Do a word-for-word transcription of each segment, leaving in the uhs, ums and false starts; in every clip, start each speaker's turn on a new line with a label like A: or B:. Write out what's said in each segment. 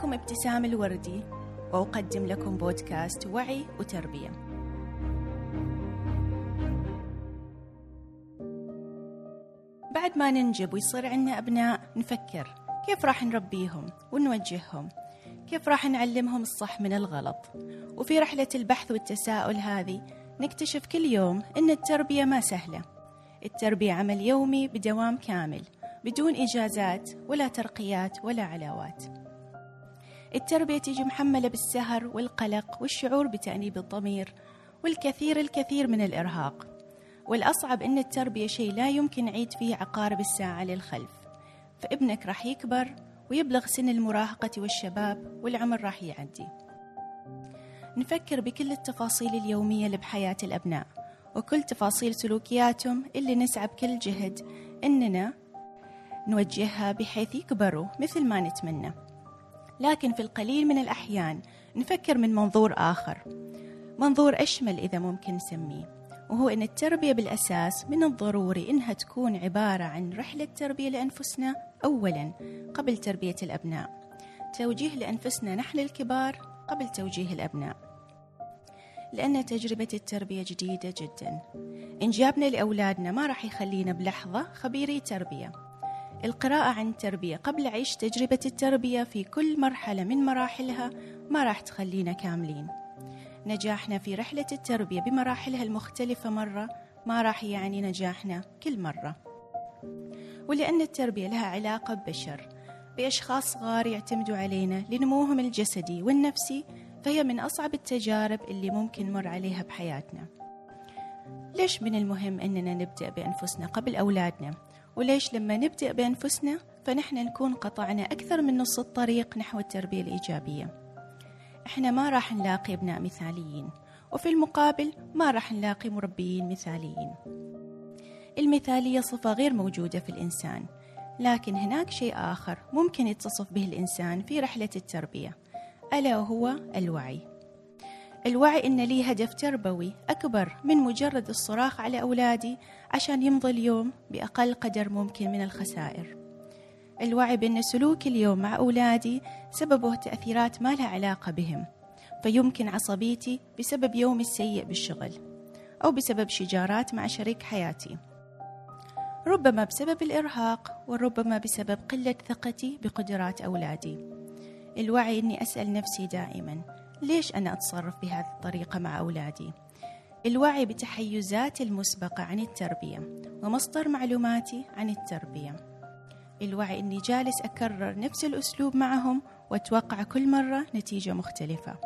A: معكم ابتسام الوردي، وأقدم لكم بودكاست وعي وتربية. بعد ما ننجب ويصير عندنا أبناء نفكر كيف راح نربيهم ونوجههم، كيف راح نعلمهم الصح من الغلط. وفي رحلة البحث والتساؤل هذه نكتشف كل يوم إن التربية ما سهلة. التربية عمل يومي بدوام كامل، بدون إجازات ولا ترقيات ولا علاوات. التربية تيجي محملة بالسهر والقلق والشعور بتأنيب الضمير والكثير الكثير من الإرهاق. والأصعب إن التربية شيء لا يمكن نعيد فيه عقارب الساعة للخلف. فابنك راح يكبر ويبلغ سن المراهقة والشباب والعمر راح يعدي. نفكر بكل التفاصيل اليومية اللي بحياة الأبناء وكل تفاصيل سلوكياتهم اللي نسعى بكل جهد إننا نوجهها بحيث يكبروا مثل ما نتمنى. لكن في القليل من الأحيان نفكر من منظور آخر، منظور أشمل إذا ممكن نسميه، وهو أن التربية بالأساس من الضروري إنها تكون عبارة عن رحلة تربية لأنفسنا أولاً قبل تربية الأبناء، توجيه لأنفسنا نحن الكبار قبل توجيه الأبناء. لأن تجربة التربية جديدة جداً. إنجابنا لأولادنا ما راح يخلينا بلحظة خبيري تربية. القراءة عن التربية قبل عيش تجربة التربية في كل مرحلة من مراحلها ما راح تخلينا كاملين. نجاحنا في رحلة التربية بمراحلها المختلفة مرة ما راح يعني نجاحنا كل مرة. ولأن التربية لها علاقة ببشر، بأشخاص صغار يعتمدوا علينا لنموهم الجسدي والنفسي، فهي من أصعب التجارب اللي ممكن نمر عليها بحياتنا. ليش من المهم أننا نبدأ بأنفسنا قبل أولادنا؟ وليش لما نبدأ بأنفسنا فنحن نكون قطعنا أكثر من نص الطريق نحو التربية الإيجابية؟ إحنا ما راح نلاقي أبناء مثاليين، وفي المقابل ما راح نلاقي مربيين مثاليين. المثالية صفة غير موجودة في الإنسان، لكن هناك شيء آخر ممكن يتصف به الإنسان في رحلة التربية، ألا وهو الوعي. الوعي إن لي هدف تربوي أكبر من مجرد الصراخ على أولادي عشان يمضي اليوم بأقل قدر ممكن من الخسائر. الوعي بأن سلوك اليوم مع أولادي سببه تأثيرات ما لها علاقة بهم، فيمكن عصبيتي بسبب يومي السيء بالشغل، أو بسبب شجارات مع شريك حياتي، ربما بسبب الإرهاق، وربما بسبب قلة ثقتي بقدرات أولادي. الوعي إني أسأل نفسي دائما ليش أنا أتصرف بهذه الطريقة مع أولادي؟ الوعي بتحيزاتي المسبقة عن التربية ومصدر معلوماتي عن التربية. الوعي إني جالس أكرر نفس الأسلوب معهم وأتوقع كل مرة نتيجة مختلفة.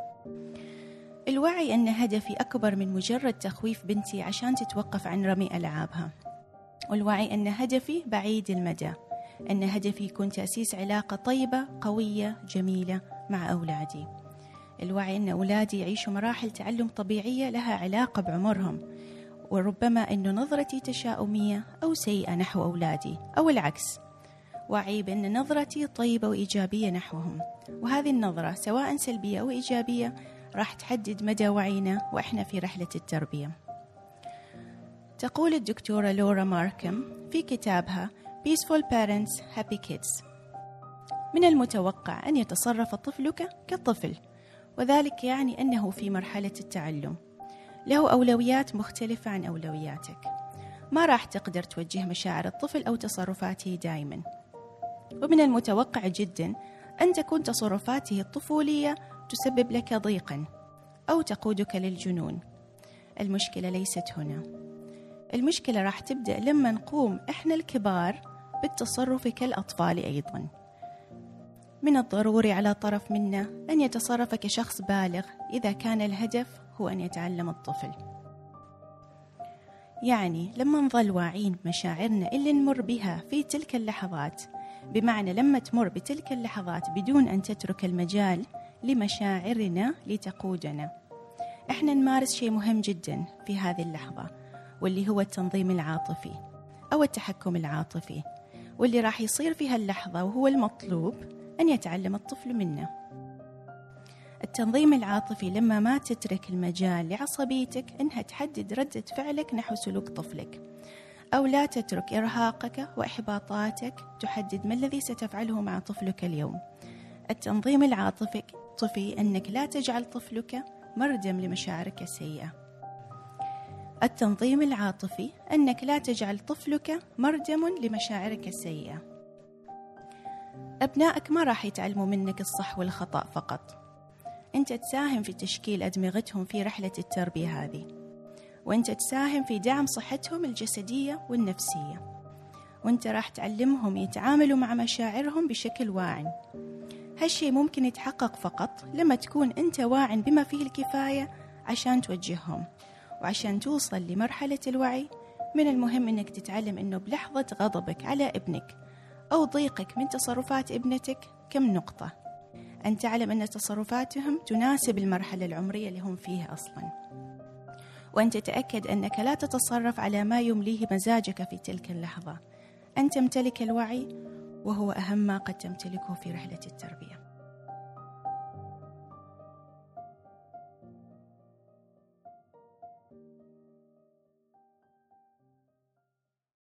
A: الوعي أن هدفي أكبر من مجرد تخويف بنتي عشان تتوقف عن رمي ألعابها. والوعي أن هدفي بعيد المدى، أن هدفي يكون تأسيس علاقة طيبة قوية جميلة مع أولادي. الوعي أن أولادي يعيشوا مراحل تعلم طبيعية لها علاقة بعمرهم، وربما أن نظرتي تشاؤمية أو سيئة نحو أولادي أو العكس. وعي بأن نظرتي طيبة وإيجابية نحوهم، وهذه النظرة سواء سلبية أو إيجابية راح تحدد مدى وعينا وإحنا في رحلة التربية. تقول الدكتورة لورا ماركم في كتابها Peaceful Parents Happy Kids: من المتوقع أن يتصرف طفلك كطفل، وذلك يعني أنه في مرحلة التعلم، له أولويات مختلفة عن أولوياتك. ما راح تقدر توجه مشاعر الطفل أو تصرفاته دائما، ومن المتوقع جدا أن تكون تصرفاته الطفولية تسبب لك ضيقا أو تقودك للجنون. المشكلة ليست هنا. المشكلة راح تبدأ لما نقوم إحنا الكبار بالتصرف كالأطفال أيضا. من الضروري على طرف منا أن يتصرف كشخص بالغ إذا كان الهدف هو أن يتعلم الطفل. يعني لما نظل واعين مشاعرنا اللي نمر بها في تلك اللحظات، بمعنى لما تمر بتلك اللحظات بدون أن تترك المجال لمشاعرنا لتقودنا، إحنا نمارس شيء مهم جدا في هذه اللحظة، واللي هو التنظيم العاطفي أو التحكم العاطفي، واللي راح يصير في هاللحظة وهو المطلوب أن يتعلم الطفل منه. التنظيم العاطفي لما ما تترك المجال لعصبيتك إنها تحدد ردة فعلك نحو سلوك طفلك، أو لا تترك إرهاقك وإحباطاتك تحدد ما الذي ستفعله مع طفلك اليوم. التنظيم العاطفي طفي أنك لا تجعل طفلك مردم لمشاعرك السيئة. التنظيم العاطفي أنك لا تجعل طفلك مردم لمشاعرك السيئة. أبنائك ما راح يتعلموا منك الصح والخطأ فقط، أنت تساهم في تشكيل أدمغتهم في رحلة التربية هذه، وأنت تساهم في دعم صحتهم الجسدية والنفسية، وأنت راح تعلمهم يتعاملوا مع مشاعرهم بشكل واعٍ. هالشي ممكن يتحقق فقط لما تكون أنت واعٍ بما فيه الكفاية عشان توجههم. وعشان توصل لمرحلة الوعي من المهم أنك تتعلم أنه بلحظة غضبك على ابنك أو ضيقك من تصرفات ابنتك كم نقطة، أن تعلم أن تصرفاتهم تناسب المرحلة العمرية اللي هم فيها أصلا، وأن تتأكد أنك لا تتصرف على ما يمليه مزاجك في تلك اللحظة. أن تمتلك الوعي، وهو أهم ما قد تمتلكه في رحلة التربية.